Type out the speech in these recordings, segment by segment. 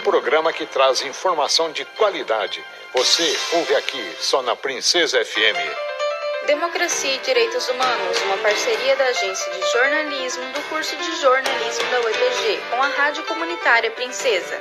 programa que traz informação de qualidade. Você ouve aqui, só na Princesa FM. Democracia e Direitos Humanos, uma parceria da Agência de Jornalismo do curso de jornalismo da UEPG com a Rádio Comunitária Princesa.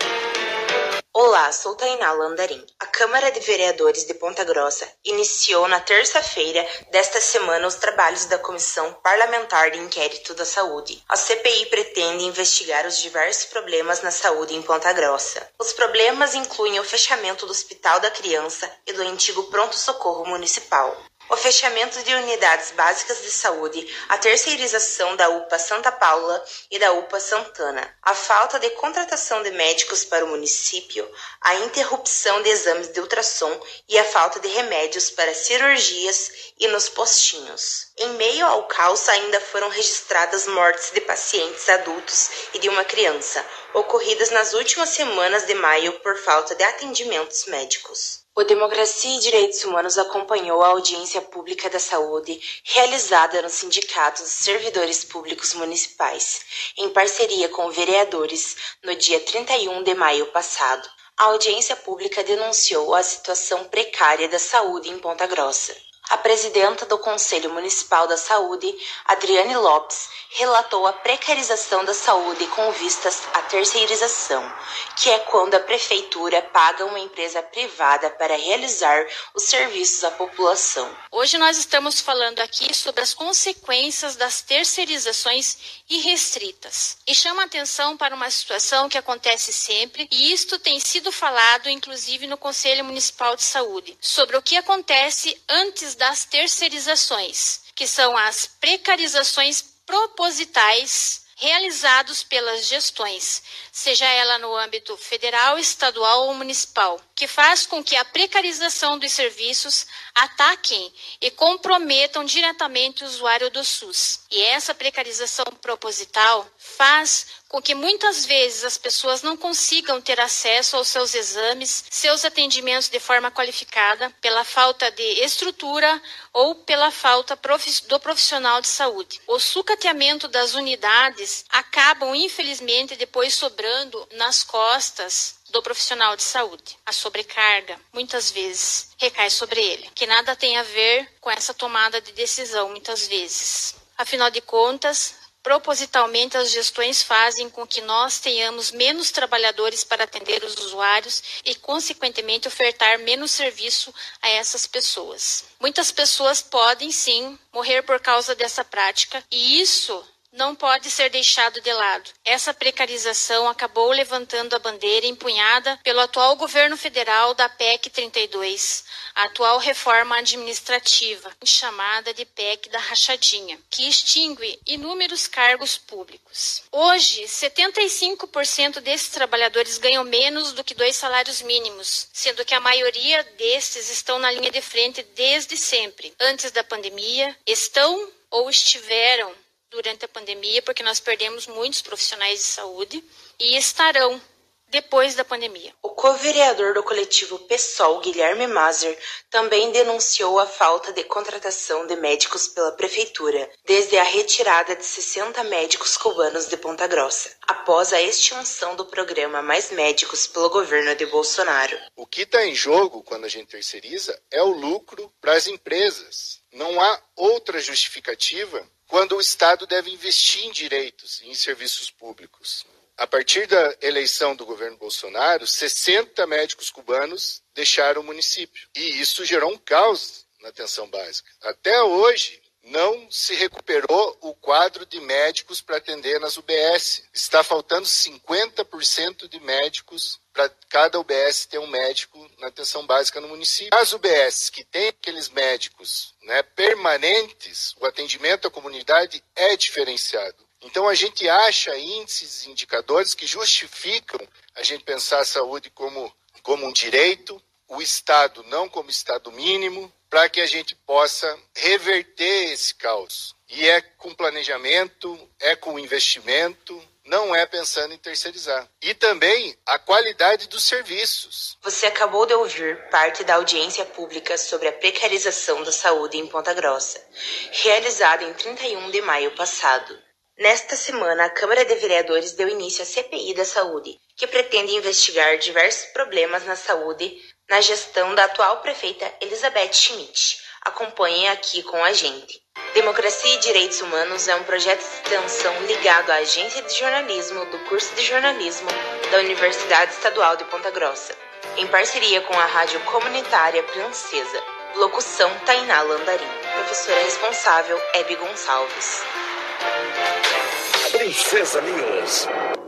Olá, sou Tainá Landarim. A Câmara de Vereadores de Ponta Grossa iniciou na terça-feira desta semana os trabalhos da Comissão Parlamentar de Inquérito da Saúde. A CPI pretende investigar os diversos problemas na saúde em Ponta Grossa. Os problemas incluem o fechamento do Hospital da Criança e do antigo pronto-socorro municipal, o fechamento de unidades básicas de saúde, a terceirização da UPA Santa Paula e da UPA Santana, a falta de contratação de médicos para o município, a interrupção de exames de ultrassom e a falta de remédios para cirurgias e nos postinhos. Em meio ao caos, ainda foram registradas mortes de pacientes adultos e de uma criança, ocorridas nas últimas semanas de maio por falta de atendimentos médicos. O Democracia e Direitos Humanos acompanhou a audiência pública da saúde realizada no Sindicato dos Servidores Públicos Municipais, em parceria com vereadores, no dia 31 de maio passado. A audiência pública denunciou a situação precária da saúde em Ponta Grossa. A presidenta do Conselho Municipal da Saúde, Adriane Lopes, relatou a precarização da saúde com vistas à terceirização, que é quando a prefeitura paga uma empresa privada para realizar os serviços à população. Hoje nós estamos falando aqui sobre as consequências das terceirizações irrestritas. E chama a atenção para uma situação que acontece sempre, e isto tem sido falado inclusive no Conselho Municipal de Saúde, sobre o que acontece antes das terceirizações, que são as precarizações propositais realizados pelas gestões, seja ela no âmbito federal, estadual ou municipal, que faz com que a precarização dos serviços ataquem e comprometam diretamente o usuário do SUS. E essa precarização proposital faz com que muitas vezes as pessoas não consigam ter acesso aos seus exames, seus atendimentos de forma qualificada, pela falta de estrutura ou pela falta do profissional de saúde. O sucateamento das unidades acabam, infelizmente, depois sobrando nas costas do profissional de saúde. A sobrecarga, muitas vezes, recai sobre ele, que nada tem a ver com essa tomada de decisão, muitas vezes. Afinal de contas, propositalmente, as gestões fazem com que nós tenhamos menos trabalhadores para atender os usuários e, consequentemente, ofertar menos serviço a essas pessoas. Muitas pessoas podem, sim, morrer por causa dessa prática, e isso não pode ser deixado de lado. Essa precarização acabou levantando a bandeira empunhada pelo atual governo federal da PEC 32, a atual reforma administrativa, chamada de PEC da rachadinha, que extingue inúmeros cargos públicos. Hoje, 75% desses trabalhadores ganham menos do que 2 salários mínimos, sendo que a maioria destes estão na linha de frente desde sempre. Antes da pandemia, estão ou estiveram durante a pandemia, porque nós perdemos muitos profissionais de saúde, e estarão depois da pandemia. O co-vereador do coletivo PSOL, Guilherme Mazer, também denunciou a falta de contratação de médicos pela prefeitura, desde a retirada de 60 médicos cubanos de Ponta Grossa, após a extinção do programa Mais Médicos pelo governo de Bolsonaro. O que está em jogo quando a gente terceiriza é o lucro para as empresas. Não há outra justificativa quando o Estado deve investir em direitos e em serviços públicos. A partir da eleição do governo Bolsonaro, 60 médicos cubanos deixaram o município. E isso gerou um caos na atenção básica. Até hoje, não se recuperou o quadro de médicos para atender nas UBS. Está faltando 50% de médicos para cada UBS ter um médico na atenção básica no município. As UBS que têm aqueles médicos, permanentes, o atendimento à comunidade é diferenciado. Então a gente acha índices, indicadores que justificam a gente pensar a saúde como um direito, o Estado não como Estado mínimo, para que a gente possa reverter esse caos. E é com planejamento, é com investimento, não é pensando em terceirizar. E também a qualidade dos serviços. Você acabou de ouvir parte da audiência pública sobre a precarização da saúde em Ponta Grossa, realizada em 31 de maio passado. Nesta semana, a Câmara de Vereadores deu início à CPI da Saúde, que pretende investigar diversos problemas na saúde na gestão da atual prefeita Elizabeth Schmidt. Acompanhem aqui com a gente. Democracia e Direitos Humanos é um projeto de extensão ligado à Agência de Jornalismo do curso de Jornalismo da Universidade Estadual de Ponta Grossa, em parceria com a Rádio Comunitária Princesa. Locução Tainá Landarim. Professora responsável Hebe Gonçalves. Princesa News.